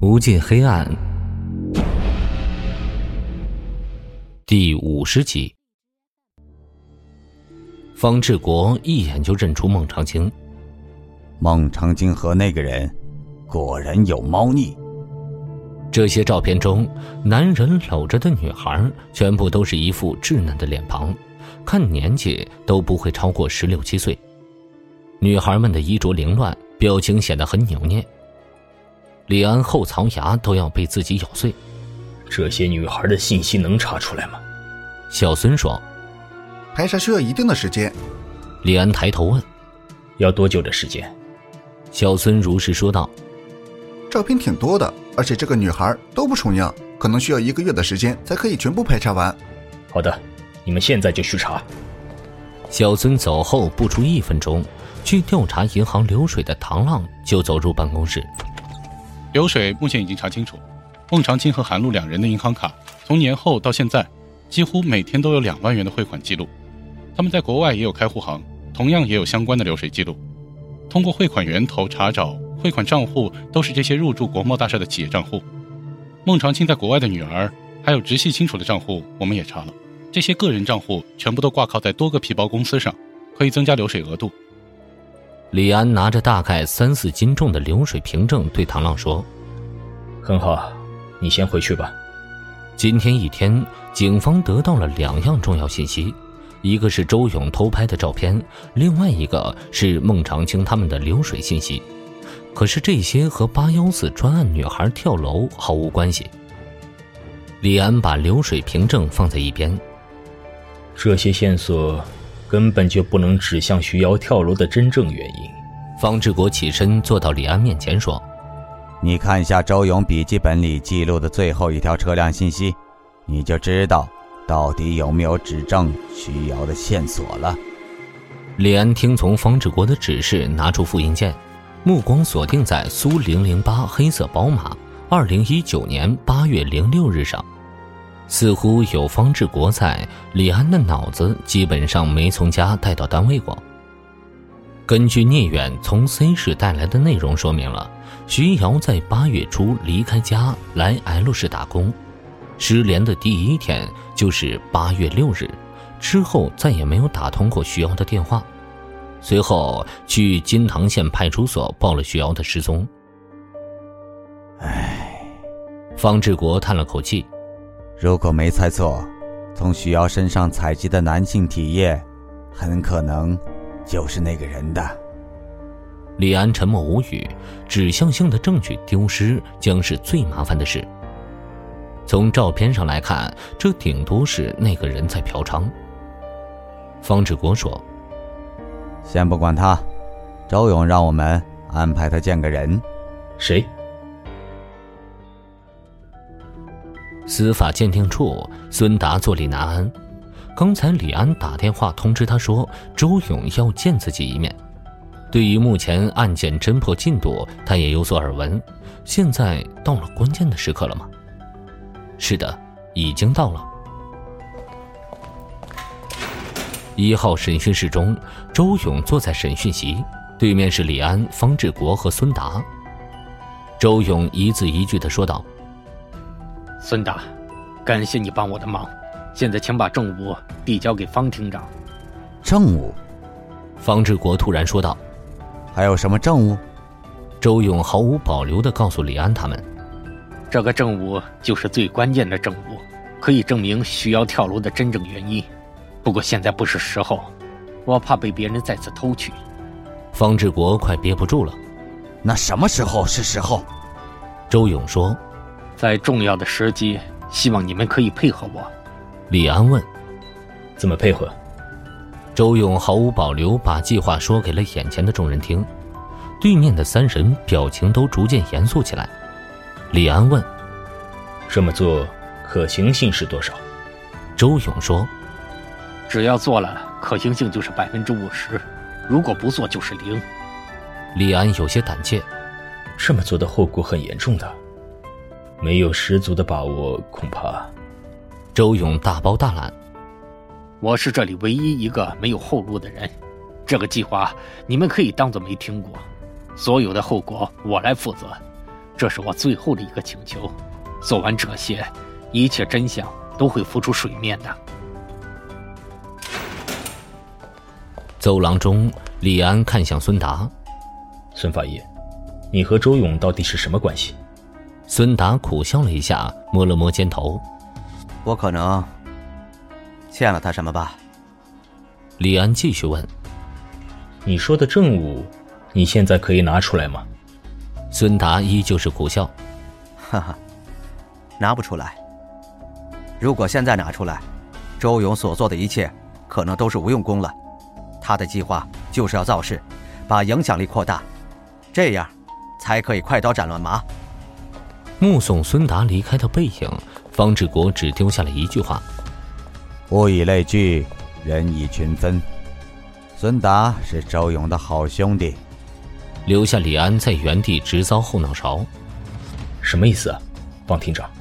无尽黑暗第50集。方志国一眼就认出孟长青。 孟长青和那个人果然有猫腻。 这些照片中，男人搂着的女孩全部都是一副稚嫩的脸庞，看年纪都不会超过16、17岁。女孩们的衣着凌乱，表情显得很扭捏。李安后槽牙都要被自己咬碎。 这些女孩的信息能查出来吗？ 小孙说。 排查需要一定的时间。 李安抬头问。 要多久的时间？ 小孙如实说道。 照片挺多的，而且这个女孩都不重样，可能需要1个月的时间才可以全部排查完。 好的，你们现在就去查。 小孙走后不出1分钟，去调查银行流水的唐浪就走入办公室。 流水目前已经查清楚，孟长青和韩露两人的银行卡从年后到现在几乎每天都有2万元的汇款记录，他们在国外也有开户行，同样也有相关的流水记录。通过汇款源头查找，汇款账户都是这些入驻国贸大厦的企业账户。孟长青在国外的女儿还有直系亲属的账户我们也查了，这些个人账户全部都挂靠在多个皮包公司上，可以增加流水额度。 李安拿着大概3、4斤重的流水凭证对唐浪说。 很好，你先回去吧。 今天一天，警方得到了2样重要信息，一个是周勇偷拍的照片，另外一个是孟长青他们的流水信息。可是这些和814专案女孩跳楼毫无关系。李安把流水凭证放在一边。 这些线索根本就不能指向徐瑶跳楼的真正原因。 方志国起身坐到李安面前说。 你看一下周勇笔记本里记录的最后一条车辆信息，你就知道到底有没有指证徐瑶的线索了。 李安听从方志国的指示，拿出复印件，目光锁定在苏008黑色宝马2019年8月06日上。似乎有方志国在，李安的脑子基本上没从家带到单位过。根据聂远从 C 市带来的内容说明了，徐瑶在8月初离开家来 L 市打工，失联的第1天就是8月6日，之后再也没有打通过徐瑶的电话。随后去金堂县派出所报了徐瑶的失踪。方志国叹了口气。 如果没猜错，从徐瑶身上采集的男性体液很可能就是那个人的。 李安沉默无语，指向性的证据丢失将是最麻烦的事。从照片上来看，这顶多是那个人在嫖娼。方志国说。 先不管他，周勇让我们安排他见个人。 谁？ 司法鉴定处，孙达坐立难安。刚才李安打电话通知他说周勇要见自己一面。对于目前案件侦破进度，他也有所耳闻。现在到了关键的时刻了吗？是的，已经到了。1号审讯室中，周勇坐在审讯席，对面是李安、方志国和孙达。周勇一字一句地说道。 孙达，感谢你帮我的忙，现在请把证物递交给方厅长。 证物？ 方志国突然说道。 还有什么证物？ 周勇毫无保留地告诉李安他们。 这个证物就是最关键的证物，可以证明徐瑶跳楼的真正原因。不过现在不是时候，我怕被别人再次偷去。 方志国快憋不住了。 那什么时候是时候？ 周勇说。 在重要的时机，希望你们可以配合我。 李安问。 怎么配合？ 周勇毫无保留把计划说给了眼前的众人听。对面的3人表情都逐渐严肃起来。李安问。 这么做可行性是多少？ 周勇说。 只要做了，可行性就是50%，如果不做就是0。 李安有些胆怯。 这么做的后果很严重的，没有十足的把握，恐怕…… 周勇大包大揽。 我是这里唯一一个没有后路的人，这个计划你们可以当作没听过，所有的后果我来负责， 这是我最后的一个请求。做完这些，一切真相都会浮出水面的。 走廊中，李安看向孙达：“ 孙法医，你和周勇到底是什么关系？” 孙达苦笑了一下，摸了摸肩头：“ 我可能欠了他什么吧。” 李安继续问：“ 你说的证物，你现在可以拿出来吗？” 孙达依旧是苦笑：“ 哈哈，拿不出来。如果现在拿出来，周勇所做的一切可能都是无用功了。他的计划就是要造势，把影响力扩大，这样才可以快刀斩乱麻。” 目送孙达离开的背影，方志国只丢下了一句话：“ 物以类聚，人以群分。孙达是周勇的好兄弟。” 留下李安在原地直遭后脑勺。 什么意思啊，方厅长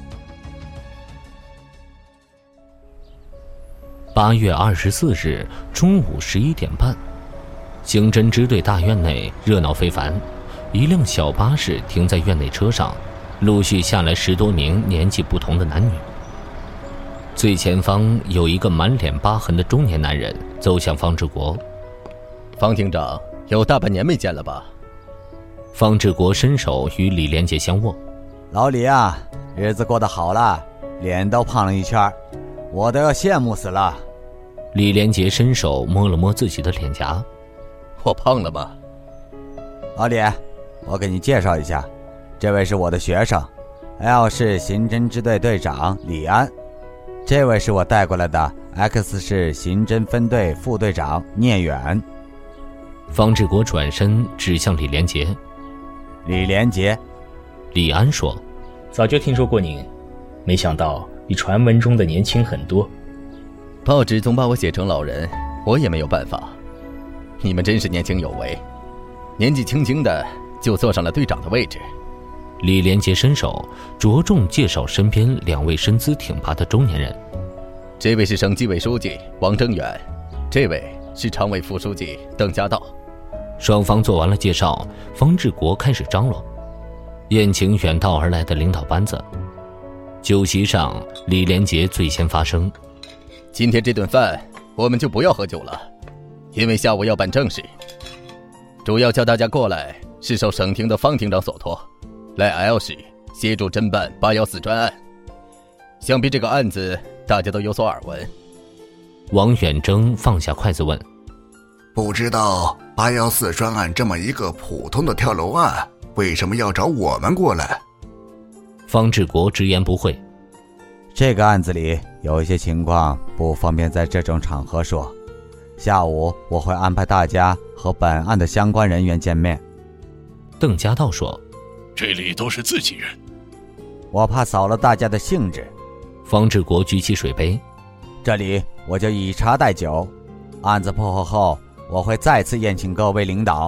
？8月24日中午11点半，刑侦支队大院内热闹非凡，一辆小巴士停在院内车上，陆续下来10多名年纪不同的男女。最前方有一个满脸疤痕的中年男人走向方志国：“ 方厅长，有大半年没见了吧？” 方志国伸手与李连杰相握：“ 老李啊，日子过得好了，脸都胖了一圈，我都要羡慕死了。” 李连杰伸手摸了摸自己的脸颊：“ 我胖了吗？”“ 老李，我给你介绍一下，这位是我的学生 ，L 市刑侦支队队长李安，这位是我带过来的 X 市刑侦分队副队长聂远。” 方志国转身指向李连杰：“ 李连杰。” 李安说：“ 早就听说过您，没想到比传闻中的年轻很多。 报纸总把我写成老人，我也没有办法。你们真是年轻有为，年纪轻轻的就坐上了队长的位置。” 李连杰伸手着重介绍身边2位身姿挺拔的中年人：“ 这位是省纪委书记王征远，这位是常委副书记邓家道。” 双方做完了介绍，方志国开始张罗，宴请远道而来的领导班子。酒席上，李连杰最先发声：“ 今天这顿饭我们就不要喝酒了，因为下午要办正事。主要叫大家过来是受省厅的方厅长所托，来 L 市协助侦办814专案。想必这个案子大家都有所耳闻。” 王远征放下筷子问：“ 不知道814专案这么一个普通的跳楼案，为什么要找我们过来？” 方志国直言不讳：“ 这个案子里有一些情况不方便在这种场合说，下午我会安排大家和本案的相关人员见面。” 邓家道说：“ 这里都是自己人， 我怕扫了大家的兴致。” 方志国举起水杯：“ 这里我就以茶代酒，案子破获后我会再次宴请各位领导。”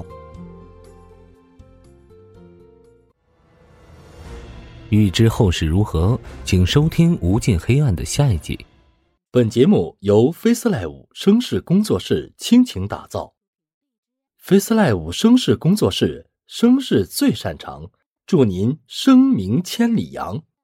欲知后事如何，请收听《无尽黑暗》的下一集。 本节目由 FaceLive 声势工作室倾情打造。FaceLive 声势工作室声势最擅长，祝您声名千里扬。